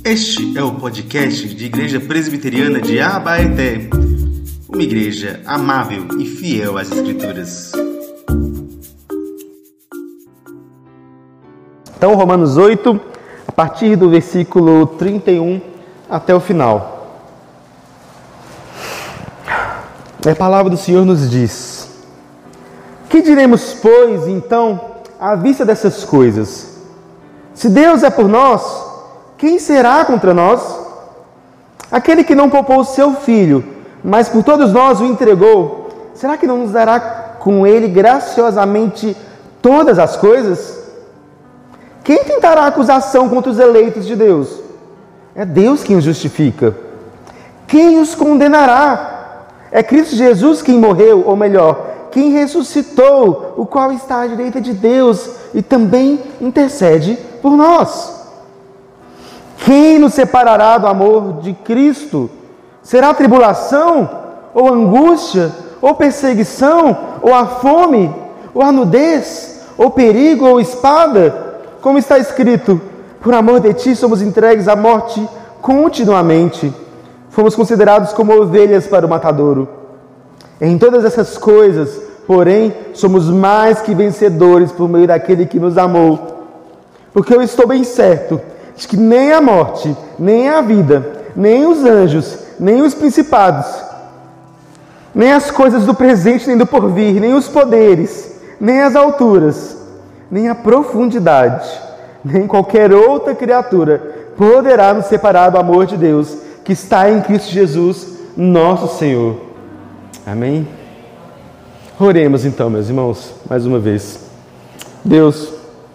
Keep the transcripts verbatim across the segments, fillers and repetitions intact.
Este é o podcast de Igreja Presbiteriana de Abaeté, uma igreja amável e fiel às Escrituras. Então, Romanos oito, a partir do versículo trinta e um até o final. A palavra do Senhor nos diz: que diremos, pois, então, à vista dessas coisas? Se Deus é por nós, quem será contra nós? Aquele que não poupou o seu filho, mas por todos nós o entregou, será que não nos dará com ele graciosamente todas as coisas? Quem tentará acusação contra os eleitos de Deus? É Deus quem os justifica. Quem os condenará? É Cristo Jesus quem morreu, ou melhor, quem ressuscitou, o qual está à direita de Deus e também intercede por nós. Quem nos separará do amor de Cristo? Será tribulação, ou angústia, ou perseguição, ou a fome, ou a nudez, ou perigo, ou espada? Como está escrito: por amor de ti somos entregues à morte continuamente. Fomos considerados como ovelhas para o matadouro. Em todas essas coisas, porém, somos mais que vencedores por meio daquele que nos amou. Porque eu estou bem certo de que nem a morte, nem a vida, nem os anjos, nem os principados, nem as coisas do presente nem do porvir, nem os poderes, nem as alturas, nem a profundidade, nem qualquer outra criatura poderá nos separar do amor de Deus que está em Cristo Jesus, nosso Senhor. Amém? Oremos então, meus irmãos, mais uma vez. Deus,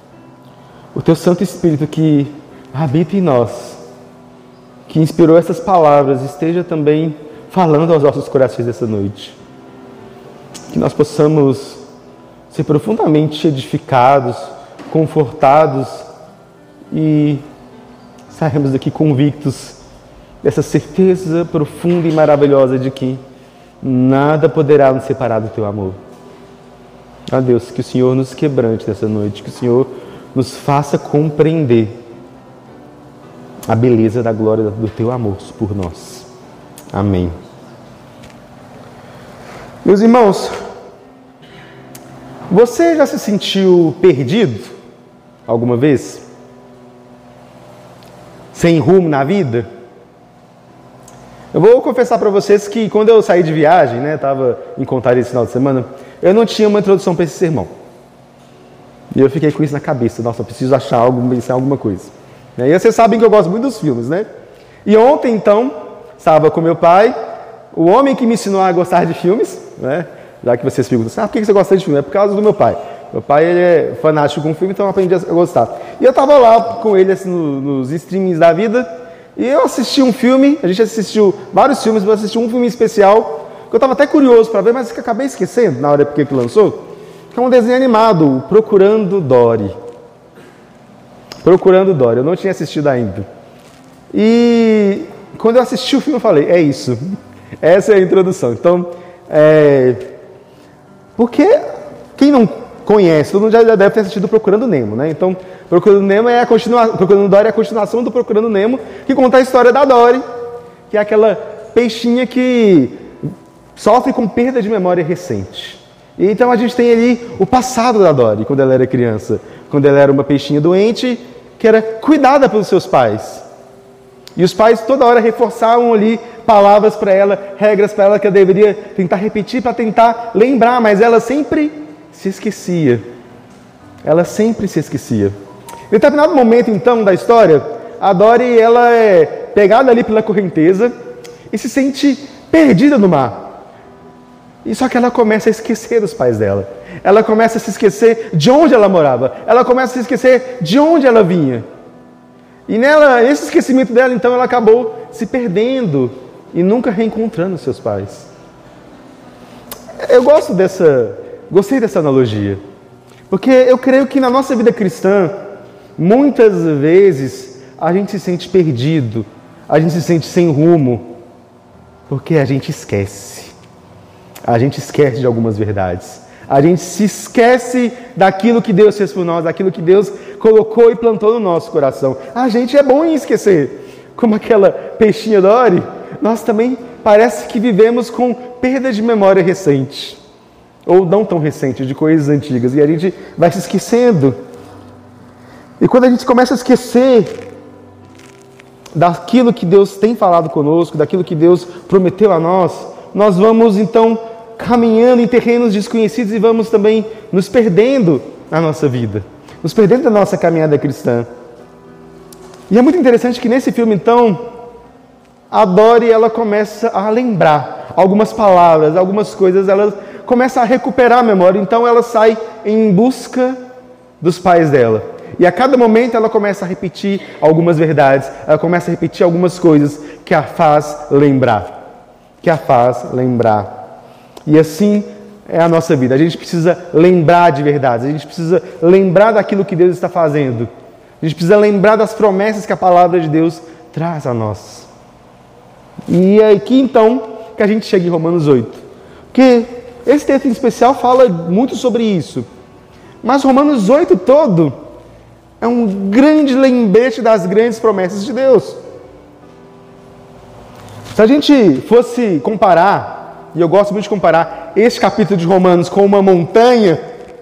o Teu Santo Espírito que habita em nós, que inspirou essas palavras, esteja também falando aos nossos corações essa noite. Que nós possamos ser profundamente edificados, confortados e sairmos daqui convictos dessa certeza profunda e maravilhosa de que nada poderá nos separar do Teu amor. Ó Deus, que o Senhor nos quebrante nessa noite, que o Senhor nos faça compreender a beleza da glória do Teu amor por nós. Amém. Meus irmãos, você já se sentiu perdido alguma vez? Sem rumo na vida? Eu vou confessar para vocês que quando eu saí de viagem, né, estava em Contagem esse final de semana, eu não tinha uma introdução para esse sermão. E eu fiquei com isso na cabeça. Nossa, eu preciso achar algo, pensar em alguma coisa. E aí vocês sabem que eu gosto muito dos filmes, né? E ontem, então, estava com meu pai, o homem que me ensinou a gostar de filmes, né? Já que vocês perguntam assim, ah, por que você gosta de filme? É por causa do meu pai. Meu pai, ele é fanático com filme, então eu aprendi a gostar. E eu estava lá com ele assim, no, nos streamings da vida, e eu assisti um filme, a gente assistiu vários filmes, mas eu assisti um filme especial, que eu estava até curioso para ver, mas que eu acabei esquecendo na hora que lançou, que é um desenho animado, Procurando Dory. Procurando Dory, eu não tinha assistido ainda. E quando eu assisti o filme eu falei, é isso, essa é a introdução. Então, é... porque quem não conhece, todo mundo já deve ter assistido Procurando Nemo, né? Então, Procurando Nemo é a continuação, Procurando Dory é a continuação do Procurando Nemo, que conta a história da Dory, que é aquela peixinha que sofre com perda de memória recente. E então a gente tem ali o passado da Dory, quando ela era criança, quando ela era uma peixinha doente, que era cuidada pelos seus pais. E os pais toda hora reforçavam ali palavras para ela, regras para ela que ela deveria tentar repetir para tentar lembrar, mas ela sempre se esquecia. Ela sempre se esquecia. Em determinado momento, então, da história, a Dory, ela é pegada ali pela correnteza e se sente perdida no mar. E só que ela começa a esquecer dos pais dela. Ela começa a se esquecer de onde ela morava. Ela começa a se esquecer de onde ela vinha. E nela, nesse esquecimento dela, então, ela acabou se perdendo e nunca reencontrando seus pais. Eu gosto dessa, gostei dessa analogia. Porque eu creio que na nossa vida cristã, muitas vezes, a gente se sente perdido. A gente se sente sem rumo. Porque a gente esquece. A gente esquece de algumas verdades. A gente se esquece daquilo que Deus fez por nós, daquilo que Deus colocou e plantou no nosso coração. A gente é bom em esquecer. como aquela peixinha Dory, nós também parece que vivemos com perda de memória recente, ou não tão recente, de coisas antigas, e a gente vai se esquecendo. E quando a gente começa a esquecer daquilo que Deus tem falado conosco, daquilo que Deus prometeu a nós, nós vamos então caminhando em terrenos desconhecidos e vamos também nos perdendo na nossa vida, nos perdendo da nossa caminhada cristã. E é muito interessante que nesse filme, então, a Dory, ela começa a lembrar algumas palavras, algumas coisas, ela começa a recuperar a memória, então ela sai em busca dos pais dela. E a cada momento ela começa a repetir algumas verdades, ela começa a repetir algumas coisas que a faz lembrar, que a faz lembrar. E assim é a nossa vida. A gente precisa lembrar de verdades, a gente precisa lembrar daquilo que Deus está fazendo. A gente precisa lembrar das promessas que a palavra de Deus traz a nós. E é aqui então que a gente chega em Romanos oito. Porque esse texto em especial fala muito sobre isso. Mas Romanos oito todo é um grande lembrete das grandes promessas de Deus. Se a gente fosse comparar, e eu gosto muito de comparar este capítulo de Romanos com uma montanha,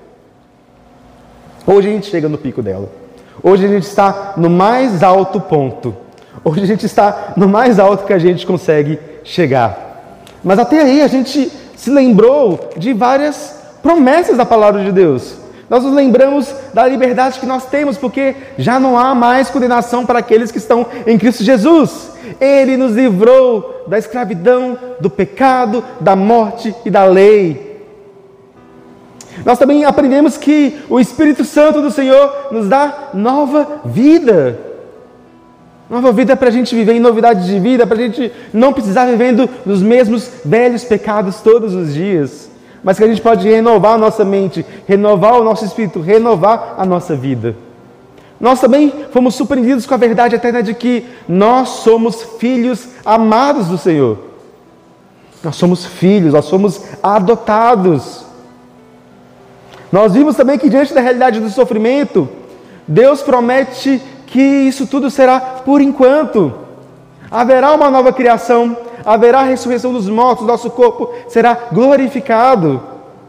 hoje a gente chega no pico dela. Hoje a gente está no mais alto ponto. Hoje a gente está no mais alto que a gente consegue chegar. Mas até aí a gente se lembrou de várias promessas da palavra de Deus. Nós nos lembramos da liberdade que nós temos, porque já não há mais condenação para aqueles que estão em Cristo Jesus. Ele nos livrou da escravidão, do pecado, da morte e da lei. Nós também aprendemos que o Espírito Santo do Senhor nos dá nova vida. Nova vida para a gente viver em novidade de vida, para a gente não precisar vivendo nos mesmos velhos pecados todos os dias. Mas que a gente pode renovar a nossa mente, renovar o nosso espírito, renovar a nossa vida. Nós também fomos surpreendidos com a verdade eterna de que nós somos filhos amados do Senhor. Nós somos filhos, nós somos adotados. Nós vimos também que diante da realidade do sofrimento, Deus promete que isso tudo será por enquanto. Haverá uma nova criação, haverá a ressurreição dos mortos, nosso corpo será glorificado.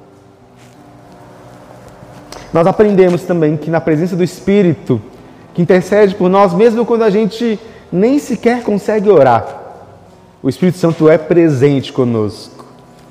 Nós aprendemos também que na presença do Espírito, que intercede por nós, mesmo quando a gente nem sequer consegue orar, o Espírito Santo é presente conosco.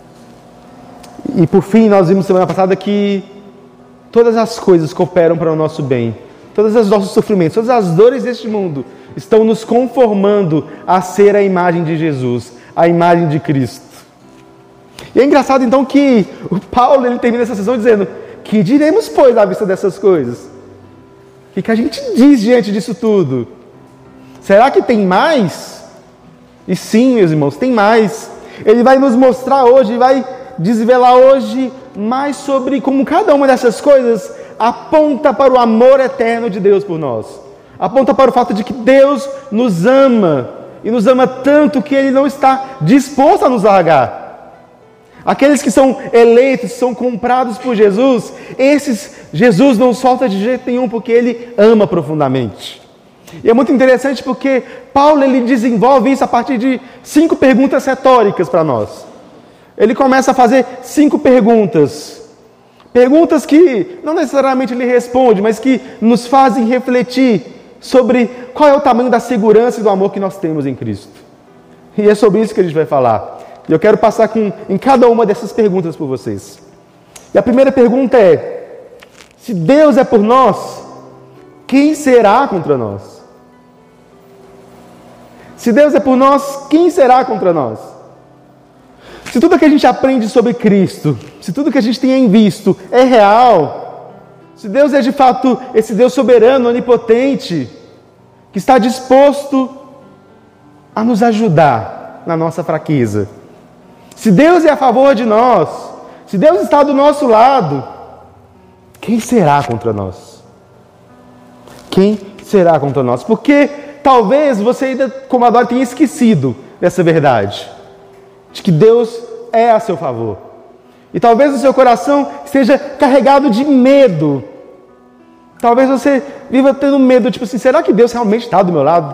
E por fim, nós vimos semana passada que todas as coisas cooperam para o nosso bem. Todos os nossos sofrimentos, todas as dores deste mundo estão nos conformando a ser a imagem de Jesus, a imagem de Cristo. E é engraçado então que o Paulo ele termina essa sessão dizendo: que diremos, pois, à vista dessas coisas? O que a gente diz diante disso tudo? Será que tem mais? E sim, meus irmãos, tem mais. Ele vai nos mostrar hoje, vai desvelar hoje mais sobre como cada uma dessas coisas aponta para o amor eterno de Deus por nós. Aponta para o fato de que Deus nos ama, e nos ama tanto que Ele não está disposto a nos largar. Aqueles que são eleitos, são comprados por Jesus, esses Jesus não solta de jeito nenhum, porque Ele ama profundamente. E é muito interessante porque Paulo ele desenvolve isso a partir de cinco perguntas retóricas para nós. Ele começa a fazer cinco perguntas. Perguntas que não necessariamente ele responde, mas que nos fazem refletir sobre qual é o tamanho da segurança e do amor que nós temos em Cristo. E é sobre isso que a gente vai falar. E eu quero passar com, em cada uma dessas perguntas por vocês. E a primeira pergunta é: se Deus é por nós, quem será contra nós? Se Deus é por nós, quem será contra nós? Se tudo que a gente aprende sobre Cristo, se tudo que a gente tem visto é real, se Deus é de fato esse Deus soberano, onipotente, que está disposto a nos ajudar na nossa fraqueza, se Deus é a favor de nós, se Deus está do nosso lado, quem será contra nós? Quem será contra nós? Porque talvez você ainda, como a Dora, tenha esquecido dessa verdade, de que Deus é a seu favor. E talvez o seu coração esteja carregado de medo. Talvez você viva tendo medo, tipo assim, será que Deus realmente está do meu lado?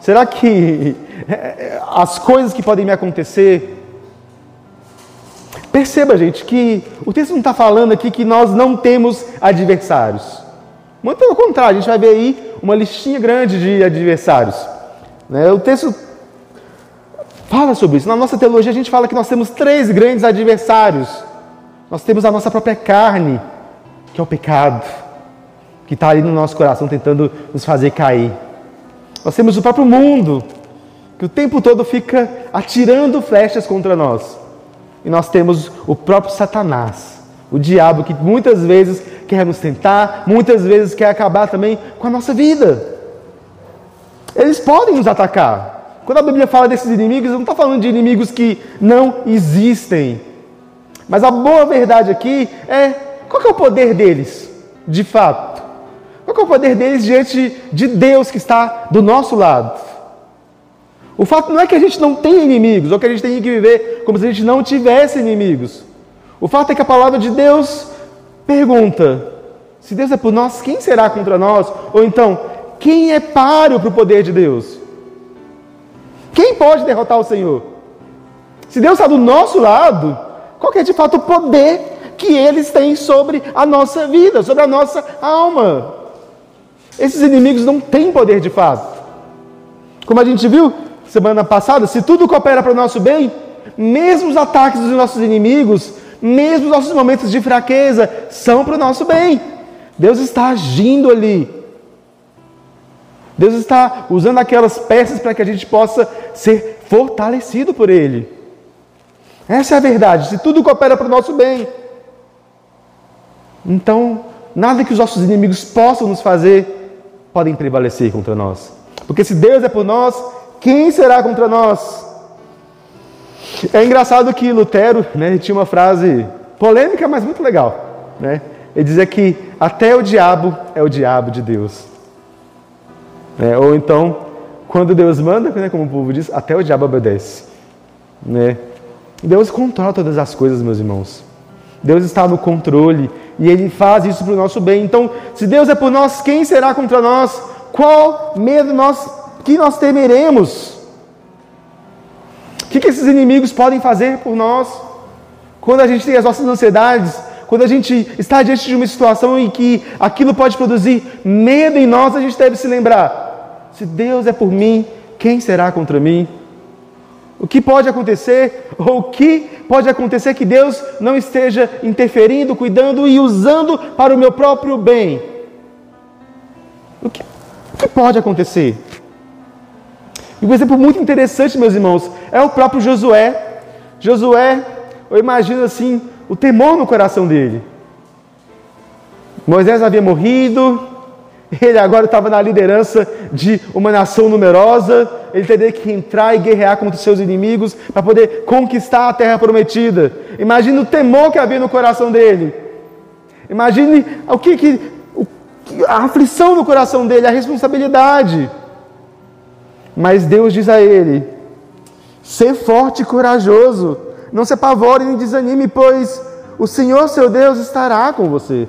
Será que as coisas que podem me acontecer... Perceba, gente, que o texto não está falando aqui que nós não temos adversários. Muito pelo contrário, a gente vai ver aí uma listinha grande de adversários. Né? O texto fala sobre isso. Na nossa teologia a gente fala que nós temos três grandes adversários. Nós temos a nossa própria carne, que é o pecado, que está ali no nosso coração tentando nos fazer cair. Nós temos o próprio mundo, que o tempo todo fica atirando flechas contra nós. E nós temos o próprio Satanás, o diabo, que muitas vezes quer nos tentar, muitas vezes quer acabar também com a nossa vida. Eles podem nos atacar. Quando a Bíblia fala desses inimigos, não está falando de inimigos que não existem. Mas a boa verdade aqui é, qual que é o poder deles, de fato? Qual que é o poder deles diante de Deus que está do nosso lado? O fato não é que a gente não tenha inimigos, ou que a gente tenha que viver como se a gente não tivesse inimigos. O fato é que a palavra de Deus pergunta, se Deus é por nós, quem será contra nós? Ou então, quem é páreo para o poder de Deus? Quem pode derrotar o Senhor? Se Deus está do nosso lado, qual que é de fato o poder que eles têm sobre a nossa vida, sobre a nossa alma? Esses inimigos não têm poder de fato. Como a gente viu semana passada, se tudo coopera para o nosso bem, mesmo os ataques dos nossos inimigos, mesmo os nossos momentos de fraqueza, são para o nosso bem. Deus está agindo ali. Deus está usando aquelas peças para que a gente possa ser fortalecido por Ele. Essa é a verdade. Se tudo coopera para o nosso bem, então nada que os nossos inimigos possam nos fazer podem prevalecer contra nós. Porque se Deus é por nós, quem será contra nós? É engraçado que Lutero, né, ele tinha uma frase polêmica, mas muito legal. Né? Ele dizia que até o diabo é o diabo de Deus. É, ou então, quando Deus manda, né, como o povo diz, até o diabo obedece. Né? Deus controla todas as coisas, meus irmãos. Deus está no controle e Ele faz isso para o nosso bem. Então, se Deus é por nós, quem será contra nós? Qual medo nós, que nós temeremos? O que, que esses inimigos podem fazer por nós? Quando a gente tem as nossas ansiedades, quando a gente está diante de uma situação em que aquilo pode produzir medo em nós, a gente deve se lembrar: se Deus é por mim, quem será contra mim? O que pode acontecer, ou o que pode acontecer que Deus não esteja interferindo, cuidando e usando para o meu próprio bem? O que, o que pode acontecer? E um exemplo muito interessante, meus irmãos, é o próprio Josué. Josué, eu imagino assim, o temor no coração dele. Moisés havia morrido, ele agora estava na liderança de uma nação numerosa, ele teria que entrar e guerrear contra os seus inimigos para poder conquistar a terra prometida. Imagine o temor que havia no coração dele. Imagine o que, que, o, a aflição no coração dele, a responsabilidade. Mas Deus diz a ele: ser forte e corajoso, não se apavore nem desanime, pois o Senhor seu Deus estará com você.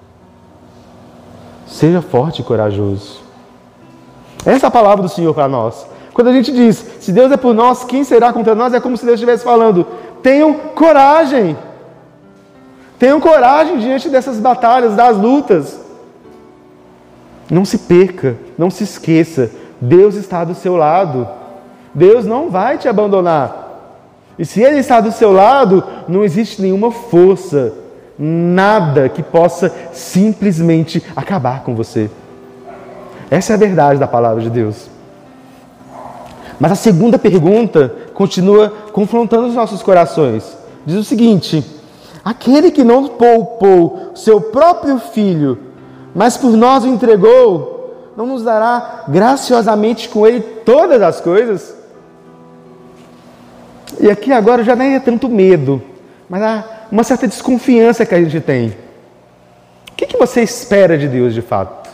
Seja forte e corajoso. Essa é a palavra do Senhor para nós. Quando a gente diz, se Deus é por nós, quem será contra nós? É como se Deus estivesse falando: tenham coragem. Tenham coragem diante dessas batalhas, das lutas. Não se perca, não se esqueça. Deus está do seu lado. Deus não vai te abandonar. E se Ele está do seu lado, não existe nenhuma força, nada que possa simplesmente acabar com você. Essa é a verdade da palavra de Deus. Mas a segunda pergunta continua confrontando os nossos corações. Diz o seguinte: aquele que não poupou seu próprio filho, mas por nós o entregou, não nos dará graciosamente com ele todas as coisas? E aqui agora já nem é tanto medo, mas há uma certa desconfiança que a gente tem. O que, que você espera de Deus de fato?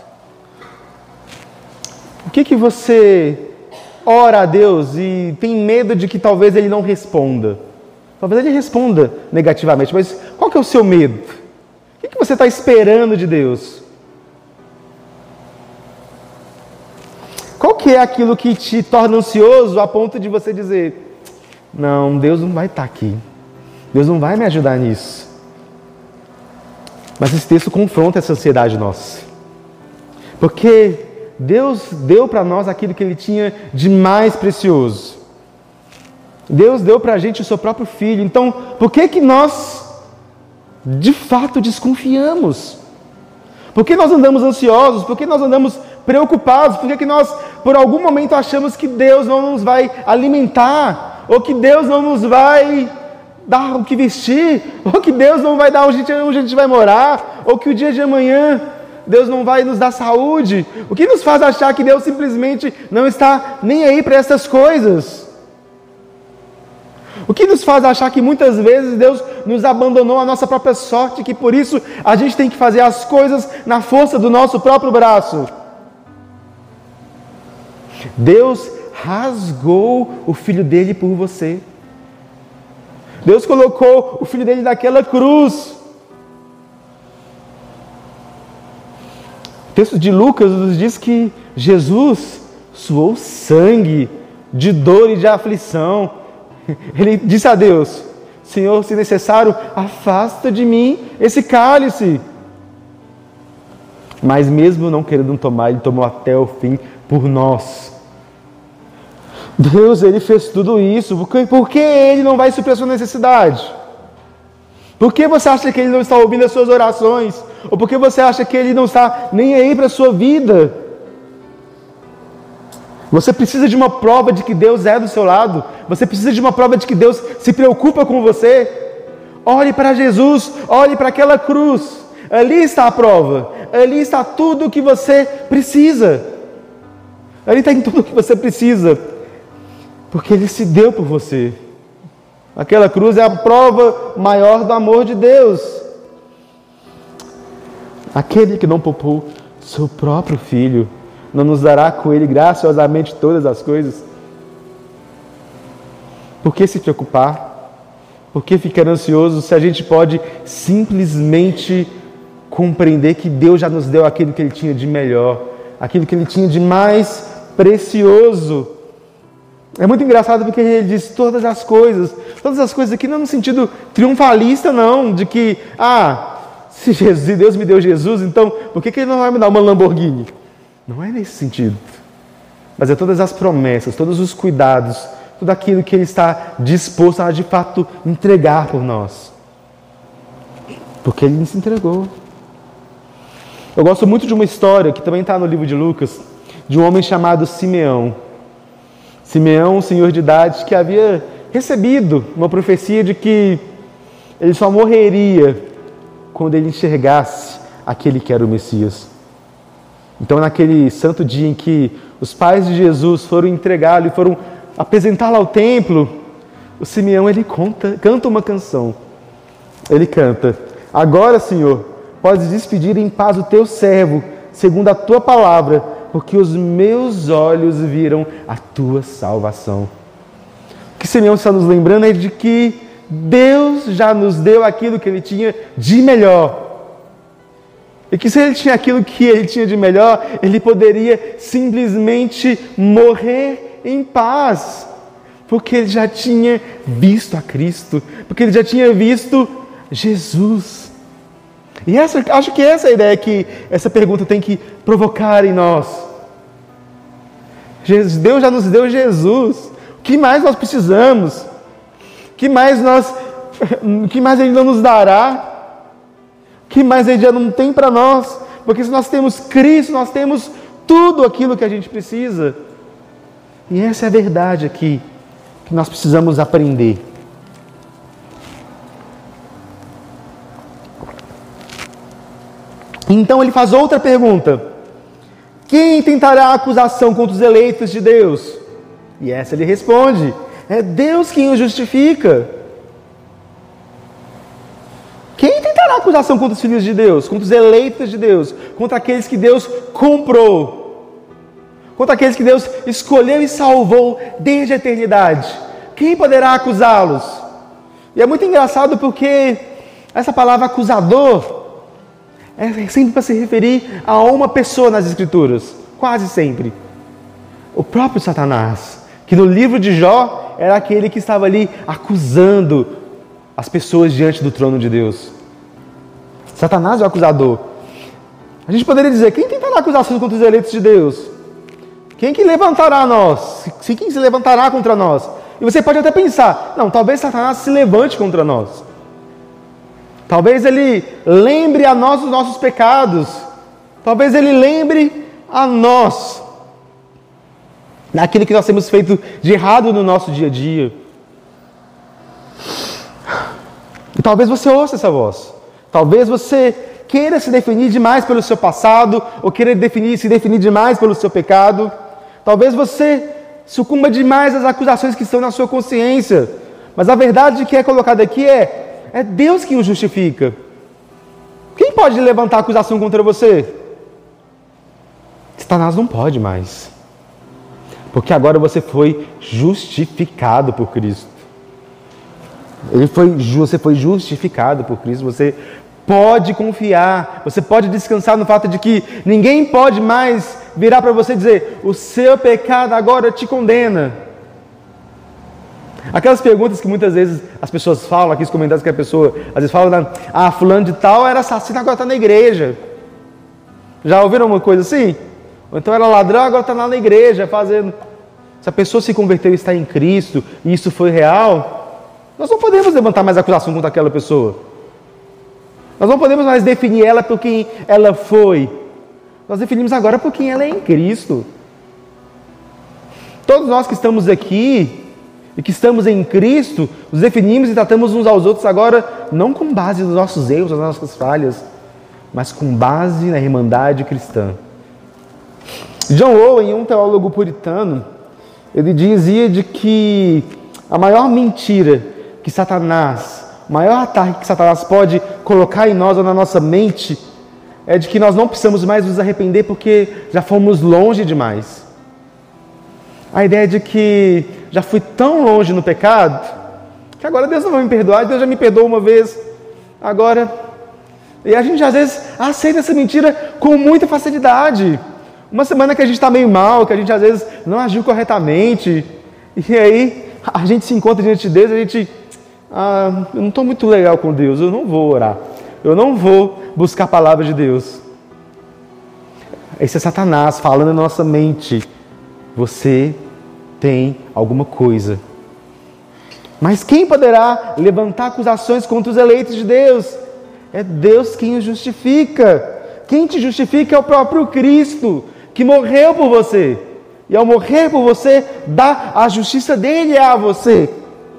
O que, que você ora a Deus e tem medo de que talvez Ele não responda? Talvez Ele responda negativamente, mas qual que é o seu medo? O que, que você está esperando de Deus? qual que é aquilo que te torna ansioso a ponto de você dizer, não, Deus não vai estar aqui. Deus não vai me ajudar nisso. Mas esse texto confronta essa ansiedade nossa. Porque Deus deu para nós aquilo que Ele tinha de mais precioso. Deus deu para a gente o seu próprio Filho. Então, por que que nós, de fato, desconfiamos? Por que nós andamos ansiosos? Por que nós andamos preocupados? Por que que nós, por algum momento, achamos que Deus não nos vai alimentar? Ou que Deus não nos vai dar o que vestir? Ou que Deus não vai dar onde a gente vai morar? Ou que o dia de amanhã Deus não vai nos dar saúde? O que nos faz achar que Deus simplesmente não está nem aí para essas coisas? O que nos faz achar que muitas vezes Deus nos abandonou à nossa própria sorte, que por isso a gente tem que fazer as coisas na força do nosso próprio braço? Deus rasgou o Filho dele por você. Deus colocou o Filho dele naquela cruz. O texto de Lucas nos diz que Jesus suou sangue de dor e de aflição. Ele disse a Deus, Senhor, se necessário, afasta de mim esse cálice. Mas mesmo não querendo tomar, Ele tomou até o fim por nós. Deus, Ele fez tudo isso. Por que, por que Ele não vai suprir a sua necessidade? Por que você acha que Ele não está ouvindo as suas orações? Ou por que você acha que Ele não está nem aí para a sua vida? Você precisa de uma prova de que Deus é do seu lado. Você precisa de uma prova de que Deus se preocupa com você. Olhe para Jesus, olhe para aquela cruz. Ali está a prova. Ali está tudo o que você precisa. Ali está em tudo o que você precisa. Porque Ele se deu por você. Aquela cruz é a prova maior do amor de Deus. Aquele que não poupou seu próprio Filho, não nos dará com Ele graciosamente todas as coisas? Por que se preocupar? Por que ficar ansioso se a gente pode simplesmente compreender que Deus já nos deu aquilo que Ele tinha de melhor, aquilo que Ele tinha de mais precioso? É muito engraçado porque Ele diz todas as coisas, todas as coisas aqui não no sentido triunfalista não, de que, ah, se, Jesus, se Deus me deu Jesus, então por que que Ele não vai me dar uma Lamborghini? Não é nesse sentido, mas é todas as promessas, todos os cuidados, tudo aquilo que Ele está disposto a de fato entregar por nós, porque Ele nos entregou. Eu gosto muito de uma história que também está no livro de Lucas, de um homem chamado Simeão. Simeão, um senhor de idade que havia recebido uma profecia de que ele só morreria quando ele enxergasse aquele que era o Messias. Então, naquele santo dia em que os pais de Jesus foram entregá-lo e foram apresentá-lo ao templo, o Simeão, ele conta, canta uma canção. Ele canta, agora, Senhor, podes despedir em paz o teu servo, segundo a tua palavra, porque os meus olhos viram a tua salvação. O que Simeão está nos lembrando é de que Deus já nos deu aquilo que Ele tinha de melhor. E que se Ele tinha aquilo que Ele tinha de melhor, Ele poderia simplesmente morrer em paz. Porque Ele já tinha visto a Cristo. Porque Ele já tinha visto Jesus. E essa, acho que essa é a ideia que essa pergunta tem que provocar em nós. Deus já nos deu Jesus. O que mais nós precisamos? O que mais, nós, o que mais Ele não nos dará? O que mais Ele já não tem para nós? Porque se nós temos Cristo, nós temos tudo aquilo que a gente precisa. E essa é a verdade aqui, que nós precisamos aprender. Então Ele faz outra pergunta. Quem tentará acusação contra os eleitos de Deus? E essa Ele responde. É Deus quem os justifica. Quem tentará acusação contra os filhos de Deus? Contra os eleitos de Deus? Contra aqueles que Deus comprou? Contra aqueles que Deus escolheu e salvou desde a eternidade? Quem poderá acusá-los? E é muito engraçado porque essa palavra acusador é sempre para se referir a uma pessoa nas Escrituras. Quase sempre. o próprio Satanás, que no livro de Jó era aquele que estava ali acusando as pessoas diante do trono de Deus. Satanás é o acusador. A gente poderia dizer, quem tentará acusação contra os eleitos de Deus? Quem que levantará nós? Quem se levantará contra nós? E você pode até pensar, não, talvez Satanás se levante contra nós. Talvez ele lembre a nós dos nossos pecados. Talvez ele lembre a nós naquilo que nós temos feito de errado no nosso dia a dia. E talvez você ouça essa voz. Talvez você queira se definir demais pelo seu passado, ou queira definir, se definir demais pelo seu pecado. Talvez você sucumba demais às acusações que estão na sua consciência. Mas a verdade que é colocada aqui é, é Deus que o justifica. Quem pode levantar acusação contra você? Satanás não pode mais. Porque agora você foi justificado por Cristo. Ele foi, você foi justificado por Cristo. Você pode confiar, você pode descansar no fato de que ninguém pode mais virar para você e dizer, o seu pecado agora te condena. Aquelas perguntas que muitas vezes as pessoas falam, aqueles comentários que a pessoa às vezes fala, ah, fulano de tal era assassino, agora está na igreja. Já ouviram uma coisa assim? Ou então era ladrão, agora está lá na igreja fazendo. Se a pessoa se converteu e está em Cristo, e isso foi real, nós não podemos levantar mais acusação contra aquela pessoa. Nós não podemos mais definir ela por quem ela foi. Nós definimos agora por quem ela é em Cristo. Todos nós que estamos aqui e que estamos em Cristo, nos definimos e tratamos uns aos outros agora não com base nos nossos erros, nas nossas falhas, mas com base na irmandade cristã. John Owen, um teólogo puritano, ele dizia de que a maior mentira que Satanás, o maior ataque que Satanás pode colocar em nós ou na nossa mente é de que nós não precisamos mais nos arrepender porque já fomos longe demais. A ideia de que já fui tão longe no pecado que agora Deus não vai me perdoar, Deus já me perdoou uma vez, agora... E a gente às vezes aceita essa mentira com muita facilidade. Uma semana que a gente está meio mal, que a gente às vezes não agiu corretamente, e aí a gente se encontra diante de Deus e a gente... Ah, eu não estou muito legal com Deus, eu não vou orar, eu não vou buscar a palavra de Deus. Esse é Satanás falando na nossa mente. Você tem alguma coisa. Mas quem poderá levantar acusações contra os eleitos de Deus? É Deus quem os justifica. Quem te justifica é o próprio Cristo, que morreu por você. E ao morrer por você, dá a justiça dele a você.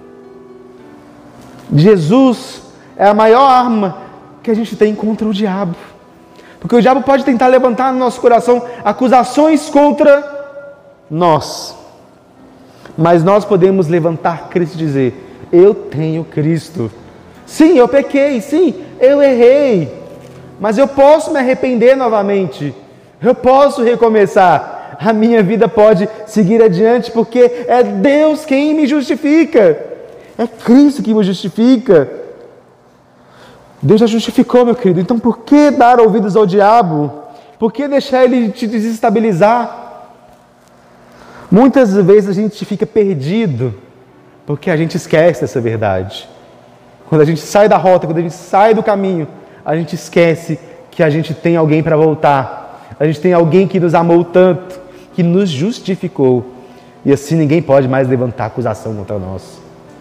Jesus é a maior arma que a gente tem contra o diabo. Porque o diabo pode tentar levantar no nosso coração acusações contra nós. Mas nós podemos levantar Cristo e dizer, eu tenho Cristo. Sim, eu pequei, sim, eu errei. Mas eu posso me arrepender novamente. Eu posso recomeçar. A minha vida pode seguir adiante porque é Deus quem me justifica. É Cristo que me justifica. Deus já justificou, meu querido. Então por que dar ouvidos ao diabo? Por que deixar ele te desestabilizar? Muitas vezes a gente fica perdido porque a gente esquece dessa verdade. Quando a gente sai da rota, quando a gente sai do caminho, a gente esquece que a gente tem alguém para voltar. A gente tem alguém que nos amou tanto, que nos justificou. E assim ninguém pode mais levantar acusação contra nós.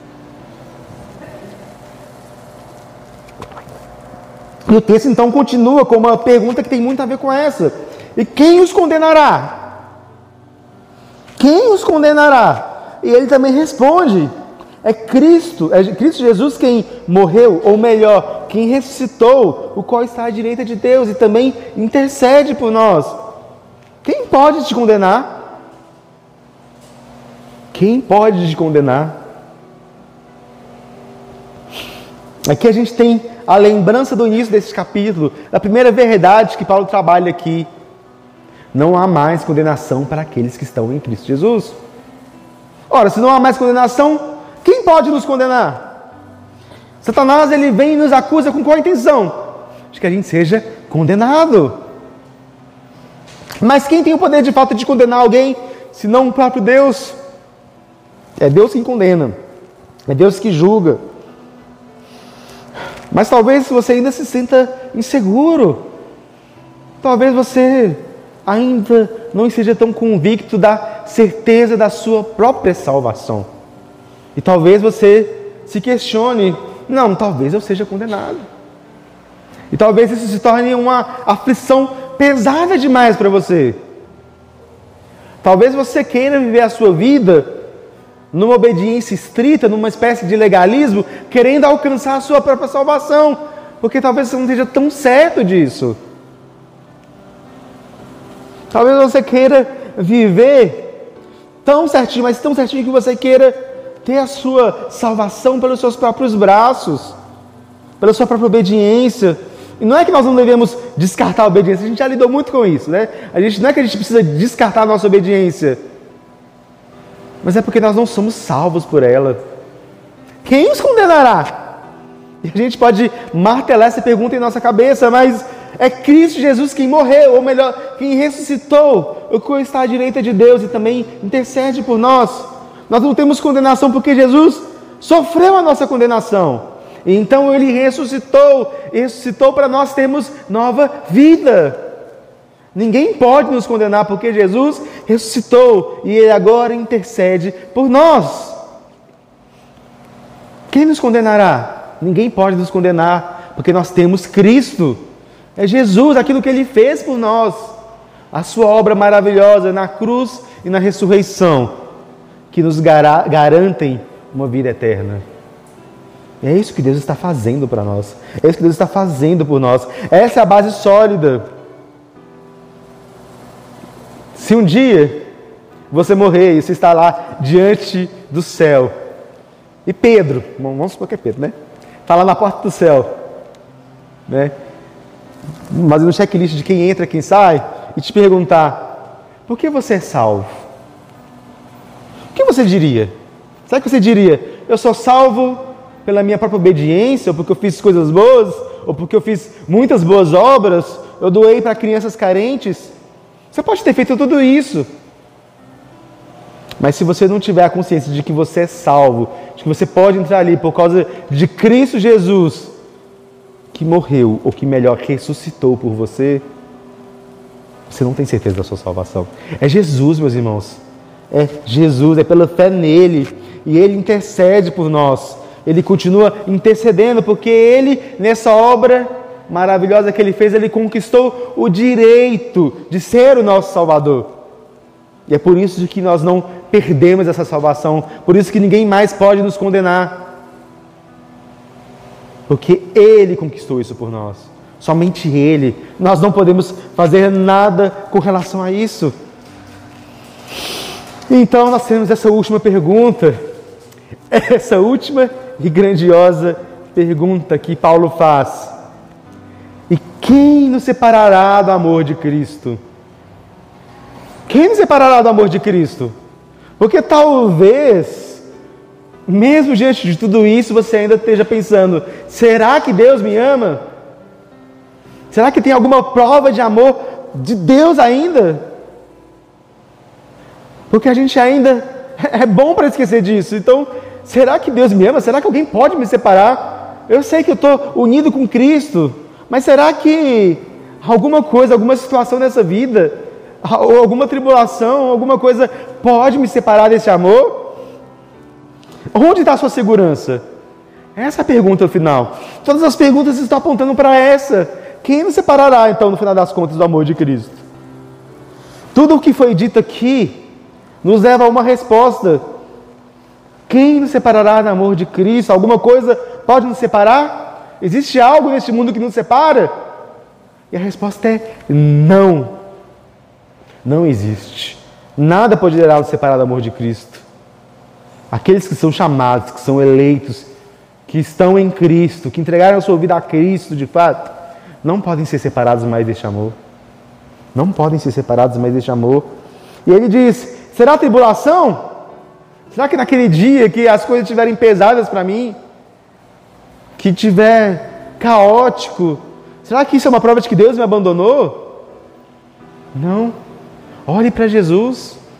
E o texto então continua com uma pergunta que tem muito a ver com essa. E quem os condenará? Quem os condenará? E ele também responde, é Cristo, é Cristo Jesus quem morreu, ou melhor, quem ressuscitou, o qual está à direita de Deus e também intercede por nós. Quem pode te condenar? Quem pode te condenar? Aqui a gente tem a lembrança do início desse capítulo, da primeira verdade que Paulo trabalha aqui. Não há mais condenação para aqueles que estão em Cristo Jesus. Ora, se não há mais condenação, quem pode nos condenar? Satanás, ele vem e nos acusa com qual intenção? De que a gente seja condenado. Mas quem tem o poder de fato de condenar alguém senão o próprio Deus. É Deus quem condena, é Deus que julga. Mas talvez você ainda se sinta inseguro, talvez você ainda não esteja tão convicto da certeza da sua própria salvação. E talvez você se questione, não, talvez eu seja condenado. E talvez isso se torne uma aflição pesada demais para você. Talvez você queira viver a sua vida numa obediência estrita, numa espécie de legalismo, querendo alcançar a sua própria salvação, porque talvez você não esteja tão certo disso. Talvez você queira viver tão certinho, mas tão certinho que você queira ter a sua salvação pelos seus próprios braços, pela sua própria obediência. E não é que nós não devemos descartar a obediência, a gente já lidou muito com isso, né? A gente, não é que a gente precisa descartar a nossa obediência, mas é porque nós não somos salvos por ela. Quem nos condenará? E a gente pode martelar essa pergunta em nossa cabeça, mas é Cristo Jesus quem morreu, ou melhor, quem ressuscitou, o qual está à direita de Deus e também intercede por nós. Nós não temos condenação porque Jesus sofreu a nossa condenação. Então Ele ressuscitou, ressuscitou para nós termos nova vida. Ninguém pode nos condenar porque Jesus ressuscitou e Ele agora intercede por nós. Quem nos condenará? Ninguém pode nos condenar porque nós temos Cristo. É Jesus, aquilo que Ele fez por nós, a sua obra maravilhosa na cruz e na ressurreição, que nos garantem uma vida eterna. É isso que Deus está fazendo para nós. É isso que Deus está fazendo por nós. Essa é a base sólida. Se um dia você morrer e você está lá diante do céu, e Pedro, vamos supor que é Pedro, né? Está lá na porta do céu, né? Mas no checklist de quem entra, quem sai, e te perguntar, por que você é salvo? O que você diria? Será que você diria, eu sou salvo pela minha própria obediência, ou porque eu fiz coisas boas, ou porque eu fiz muitas boas obras, eu doei para crianças carentes? Você pode ter feito tudo isso, mas se você não tiver a consciência de que você é salvo, de que você pode entrar ali por causa de Cristo Jesus, que morreu, ou que melhor, ressuscitou por você, você não tem certeza da sua salvação. É Jesus, meus irmãos, é Jesus, é pela fé nele, e Ele intercede por nós, Ele continua intercedendo, porque Ele, nessa obra maravilhosa que Ele fez, Ele conquistou o direito de ser o nosso Salvador. E é por isso que nós não perdemos essa salvação, por isso que ninguém mais pode nos condenar. Porque Ele conquistou isso por nós. Somente Ele. Nós não podemos fazer nada com relação a isso. Então nós temos essa última pergunta. Essa última e grandiosa pergunta que Paulo faz. E quem nos separará do amor de Cristo? Quem nos separará do amor de Cristo? Porque talvez, mesmo diante de tudo isso, você ainda esteja pensando, será que Deus me ama? Será que tem alguma prova de amor de Deus ainda? Porque a gente ainda é bom para esquecer disso. Então, será que Deus me ama? Será que alguém pode me separar? Eu sei que eu estou unido com Cristo, mas será que alguma coisa, alguma situação nessa vida, ou alguma tribulação, alguma coisa pode me separar desse amor? Onde está a sua segurança? Essa é a pergunta no final. Todas as perguntas estão apontando para essa. Quem nos separará, então, no final das contas, do amor de Cristo? Tudo o que foi dito aqui nos leva a uma resposta. Quem nos separará do amor de Cristo? Alguma coisa pode nos separar? Existe algo neste mundo que nos separa? E a resposta é não. Não existe. Nada poderá nos separar do amor de Cristo. Aqueles que são chamados, que são eleitos, que estão em Cristo, que entregaram a sua vida a Cristo de fato, não podem ser separados mais deste amor. Não podem ser separados mais deste amor. E ele diz, será tribulação? Será que naquele dia que as coisas estiverem pesadas para mim, que estiver caótico, será que isso é uma prova de que Deus me abandonou? Não. Olhe para Jesus.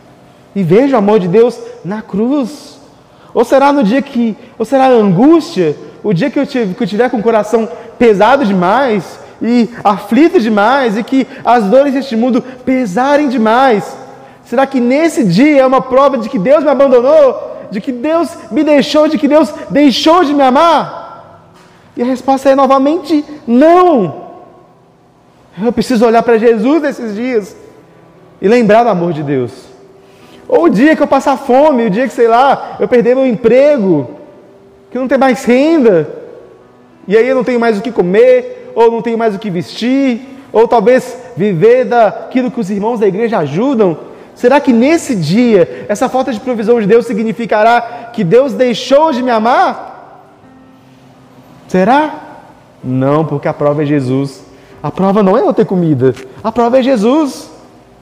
e vejo o amor de Deus na cruz? Ou será no dia que, ou será a angústia, o dia que eu, tiver, que eu tiver com o coração pesado demais e aflito demais e que as dores deste mundo pesarem demais? Será que nesse dia é uma prova de que Deus me abandonou? De que Deus me deixou? De que Deus deixou de me amar? E a resposta é novamente não. Eu preciso olhar para Jesus nesses dias e lembrar do amor de Deus. Ou o dia que eu passar fome, o dia que, sei lá, eu perder meu emprego, que eu não tenho mais renda, e aí eu não tenho mais o que comer, ou não tenho mais o que vestir, ou talvez viver daquilo que os irmãos da igreja ajudam. Será que nesse dia, essa falta de provisão de Deus significará que Deus deixou de me amar? Será? Não, porque a prova é Jesus. A prova não é eu ter comida, a prova é Jesus.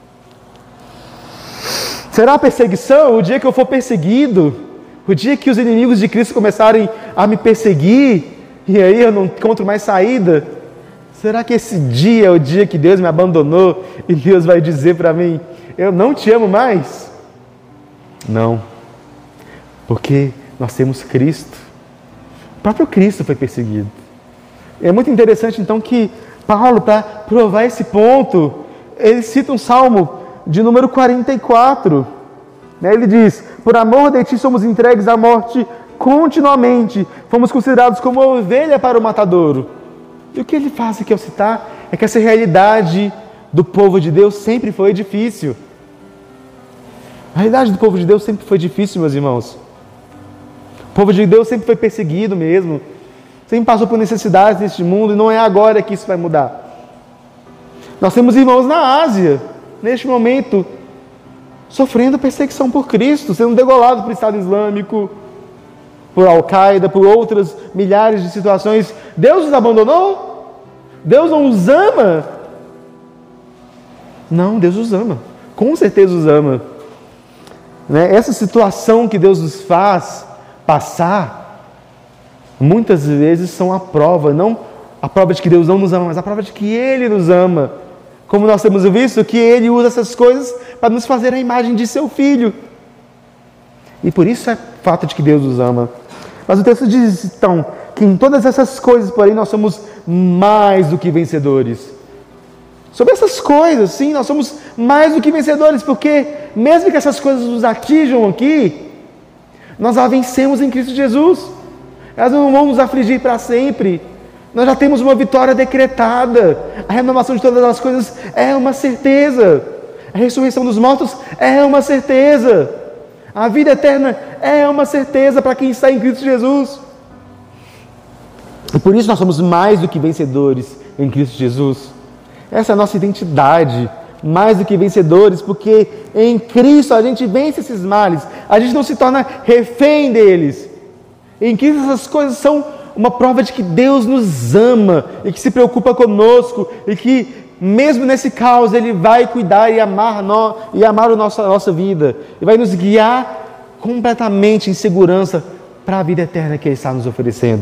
Será a perseguição? O dia que eu for perseguido, o dia que os inimigos de Cristo começarem a me perseguir, e aí eu não encontro mais saída? Será que esse dia é o dia que Deus me abandonou e Deus vai dizer para mim: eu não te amo mais? Não, porque nós temos Cristo. O próprio Cristo foi perseguido. É muito interessante então que Paulo, para provar esse ponto, ele cita um salmo de número quarenta e quatro. Ele diz: por amor de ti somos entregues à morte continuamente, fomos considerados como ovelha para o matadouro. E o que ele faz aqui ao citar é que essa realidade do povo de Deus sempre foi difícil. A realidade do povo de Deus sempre foi difícil, meus irmãos. O povo de Deus sempre foi perseguido mesmo, sempre passou por necessidades neste mundo, e não é agora que isso vai mudar. Nós temos irmãos na Ásia, neste momento, sofrendo perseguição por Cristo, sendo degolado por Estado Islâmico, por Al-Qaeda, por outras milhares de situações. Deus os abandonou? Deus não os ama? Não, Deus os ama, com certeza os ama. Né? Essa situação que Deus nos faz passar, muitas vezes são a prova, não a prova de que Deus não nos ama, mas a prova de que Ele nos ama. Como nós temos visto, que Ele usa essas coisas para nos fazer a imagem de Seu Filho. E por isso é fato de que Deus nos ama. Mas o texto diz, então, que em todas essas coisas, porém, nós somos mais do que vencedores. Sobre essas coisas, sim, nós somos mais do que vencedores, porque mesmo que essas coisas nos atinjam aqui, nós a vencemos em Cristo Jesus. Elas não vão nos afligir para sempre. Nós já temos uma vitória decretada. A renovação de todas as coisas é uma certeza. A ressurreição dos mortos é uma certeza. A vida eterna é uma certeza para quem está em Cristo Jesus. E por isso nós somos mais do que vencedores em Cristo Jesus. Essa é a nossa identidade, mais do que vencedores, porque em Cristo a gente vence esses males, a gente não se torna refém deles. Em Cristo essas coisas são uma prova de que Deus nos ama e que se preocupa conosco e que mesmo nesse caos Ele vai cuidar e amar, no, e amar a, nossa, a nossa vida e vai nos guiar completamente em segurança para a vida eterna que Ele está nos oferecendo.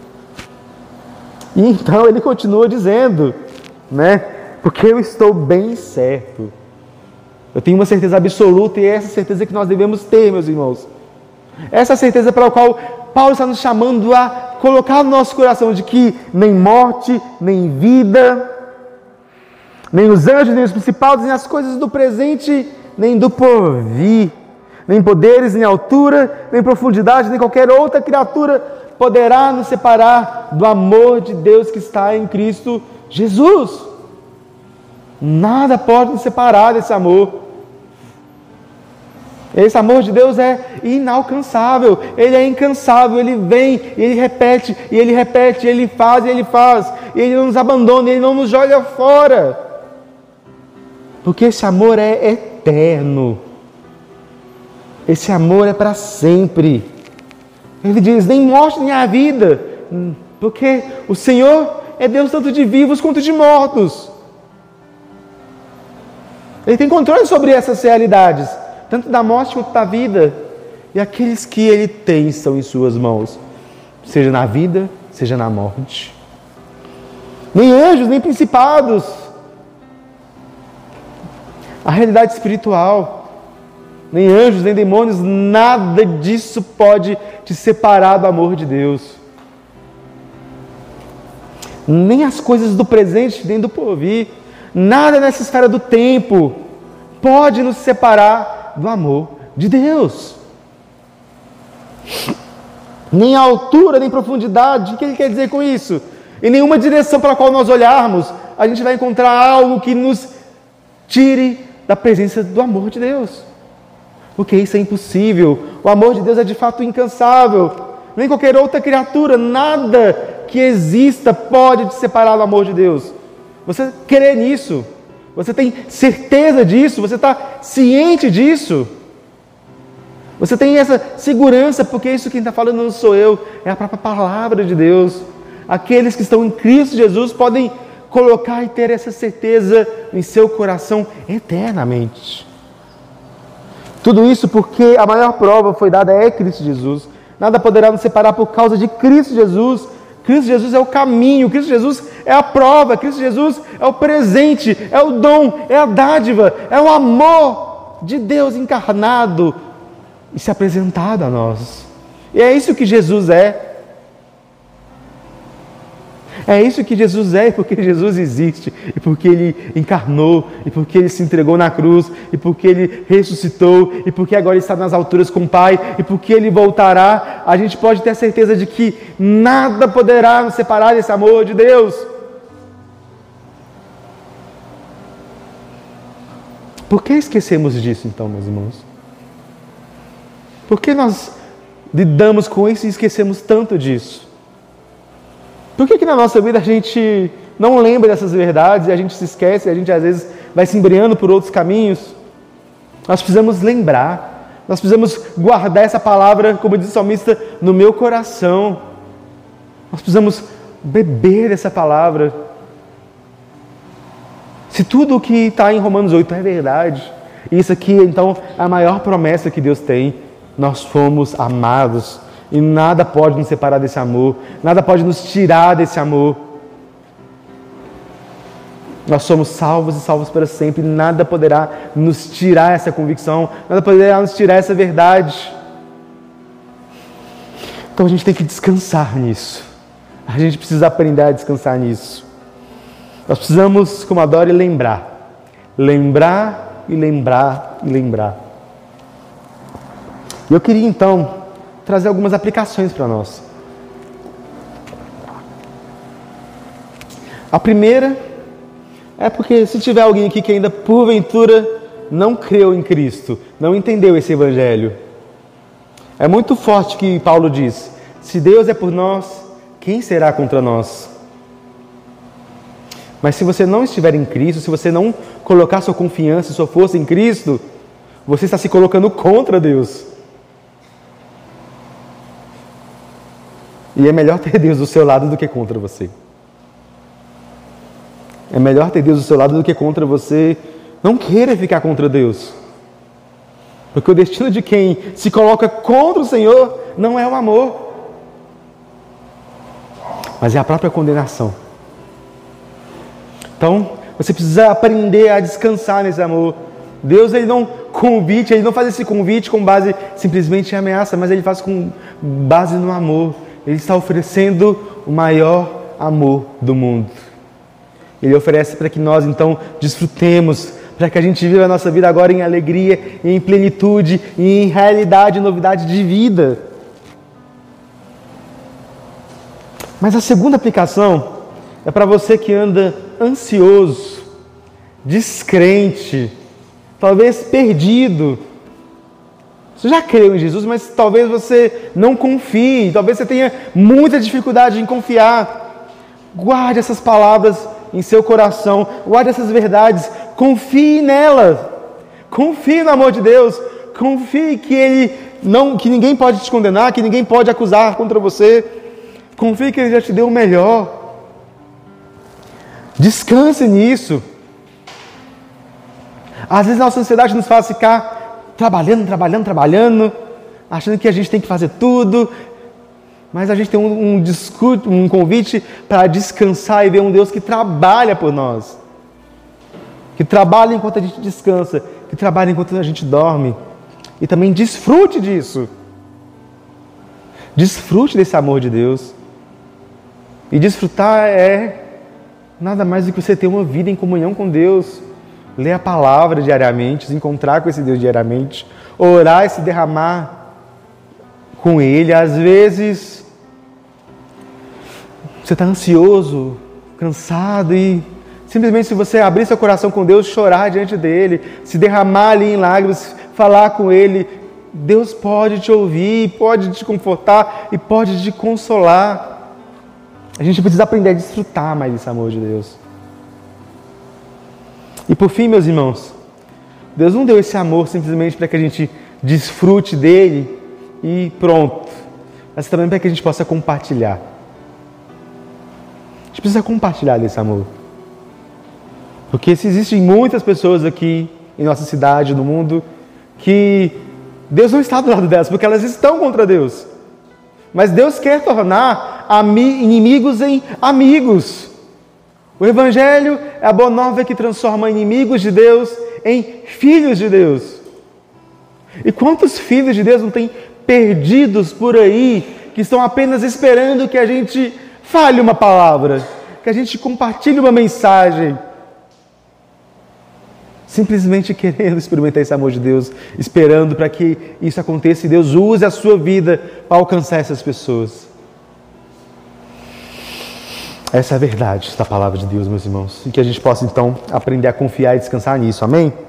E então Ele continua dizendo, né? Porque eu estou bem certo. Eu tenho uma certeza absoluta, e é essa certeza que nós devemos ter, meus irmãos. Essa certeza para a qual Paulo está nos chamando a colocar no nosso coração, de que nem morte, nem vida, nem os anjos, nem os principados, nem as coisas do presente, nem do porvir, nem poderes, nem altura, nem profundidade, nem qualquer outra criatura poderá nos separar do amor de Deus que está em Cristo Jesus. Nada pode nos separar desse amor. Esse amor de Deus é inalcançável, Ele é incansável, Ele vem, Ele repete, e Ele repete, Ele faz, e Ele faz, e Ele não nos abandona, Ele não nos joga fora, porque esse amor é eterno, esse amor é para sempre. Ele diz, nem morte nem a vida, porque o Senhor é Deus tanto de vivos quanto de mortos. Ele tem controle sobre essas realidades, tanto da morte quanto da vida. E aqueles que Ele tem estão em suas mãos, seja na vida, seja na morte. Nem anjos, nem principados. A realidade espiritual, nem anjos, nem demônios, nada disso pode te separar do amor de Deus. Nem as coisas do presente, nem do porvir, nada nessa esfera do tempo pode nos separar do amor de Deus. Nem a altura, nem profundidade. O que ele quer dizer com isso? Em nenhuma direção para a qual nós olharmos, a gente vai encontrar algo que nos tire da presença do amor de Deus. Porque isso é impossível. O amor de Deus é de fato incansável. Nem qualquer outra criatura, nada que exista pode te separar do amor de Deus. Você crê nisso? Você tem certeza disso? Você está ciente disso? Você tem essa segurança, porque isso quem está falando não sou eu, é a própria palavra de Deus. Aqueles que estão em Cristo Jesus podem colocar e ter essa certeza em seu coração eternamente. Tudo isso porque a maior prova foi dada é Cristo Jesus. Nada poderá nos separar por causa de Cristo Jesus. Cristo Jesus é o caminho, Cristo Jesus é a prova, Cristo Jesus é o presente, é o dom, é a dádiva, é o amor de Deus encarnado e se apresentado a nós. E é isso que Jesus é. É isso que Jesus é, e porque Jesus existe, e porque Ele encarnou, e porque Ele se entregou na cruz, e porque Ele ressuscitou, e porque agora está nas alturas com o Pai, e porque Ele voltará, a gente pode ter a certeza de que nada poderá nos separar desse amor de Deus. Por que esquecemos disso então, meus irmãos? Por que nós lidamos com isso e esquecemos tanto disso? Por que que na nossa vida a gente não lembra dessas verdades e a gente se esquece, e a gente às vezes vai se embriando por outros caminhos? Nós precisamos lembrar, nós precisamos guardar essa palavra, como diz o salmista, no meu coração. Nós precisamos beber dessa palavra. Se tudo o que está em Romanos oito é verdade, isso aqui então é a maior promessa que Deus tem, nós fomos amados. E nada pode nos separar desse amor, nada pode nos tirar desse amor. Nós somos salvos e salvos para sempre, nada poderá nos tirar essa convicção, nada poderá nos tirar essa verdade. Então a gente tem que descansar nisso, a gente precisa aprender a descansar nisso. Nós precisamos, como a Dori, lembrar, lembrar e lembrar e lembrar. E eu queria então trazer algumas aplicações para nós. A primeira é porque se tiver alguém aqui que ainda porventura não creu em Cristo, não entendeu esse Evangelho, é muito forte que Paulo diz: se Deus é por nós, quem será contra nós? Mas se você não estiver em Cristo, se você não colocar sua confiança e sua força em Cristo, você está se colocando contra Deus. E é melhor ter Deus do seu lado do que contra você. É melhor ter Deus do seu lado do que contra você. Não queira ficar contra Deus. Porque o destino de quem se coloca contra o Senhor não é o amor, mas é a própria condenação. Então, você precisa aprender a descansar nesse amor. Deus, Ele não convite, Ele não faz esse convite com base simplesmente em ameaça, mas Ele faz com base no amor. Ele está oferecendo o maior amor do mundo. Ele oferece para que nós, então, desfrutemos, para que a gente viva a nossa vida agora em alegria, em plenitude, em realidade, novidade de vida. Mas a segunda aplicação é para você que anda ansioso, descrente, talvez perdido. Você já creu em Jesus, mas talvez você não confie, talvez você tenha muita dificuldade em confiar. Guarde essas palavras em seu coração, guarde essas verdades, confie nelas, confie no amor de Deus, confie que Ele não, que ninguém pode te condenar, que ninguém pode acusar contra você, confie que Ele já te deu o melhor. Descanse nisso. Às vezes a nossa ansiedade nos faz ficar trabalhando, trabalhando, trabalhando, achando que a gente tem que fazer tudo, mas a gente tem um, um, discurso, um convite para descansar e ver um Deus que trabalha por nós, que trabalha enquanto a gente descansa, que trabalha enquanto a gente dorme, E também desfrute disso. Desfrute desse amor de Deus. E desfrutar é nada mais do que você ter uma vida em comunhão com Deus. Ler a palavra diariamente, se encontrar com esse Deus diariamente, orar e se derramar com Ele. Às vezes, você está ansioso, cansado e simplesmente se você abrir seu coração com Deus, chorar diante dEle, se derramar ali em lágrimas, falar com Ele, Deus pode te ouvir, pode te confortar e pode te consolar. A gente precisa aprender a desfrutar mais desse amor de Deus. E por fim, meus irmãos, Deus não deu esse amor simplesmente para que a gente desfrute dele e pronto, mas também para que a gente possa compartilhar. A gente precisa compartilhar desse amor. Porque se existem muitas pessoas aqui em nossa cidade, no mundo, que Deus não está do lado delas, porque elas estão contra Deus. Mas Deus quer tornar inimigos em amigos. O Evangelho é a boa nova que transforma inimigos de Deus em filhos de Deus. E quantos filhos de Deus não tem perdidos por aí, que estão apenas esperando que a gente fale uma palavra, que a gente compartilhe uma mensagem, simplesmente querendo experimentar esse amor de Deus, esperando para que isso aconteça e Deus use a sua vida para alcançar essas pessoas. Essa é a verdade da palavra de Deus, meus irmãos, e que a gente possa então aprender a confiar e descansar nisso, amém?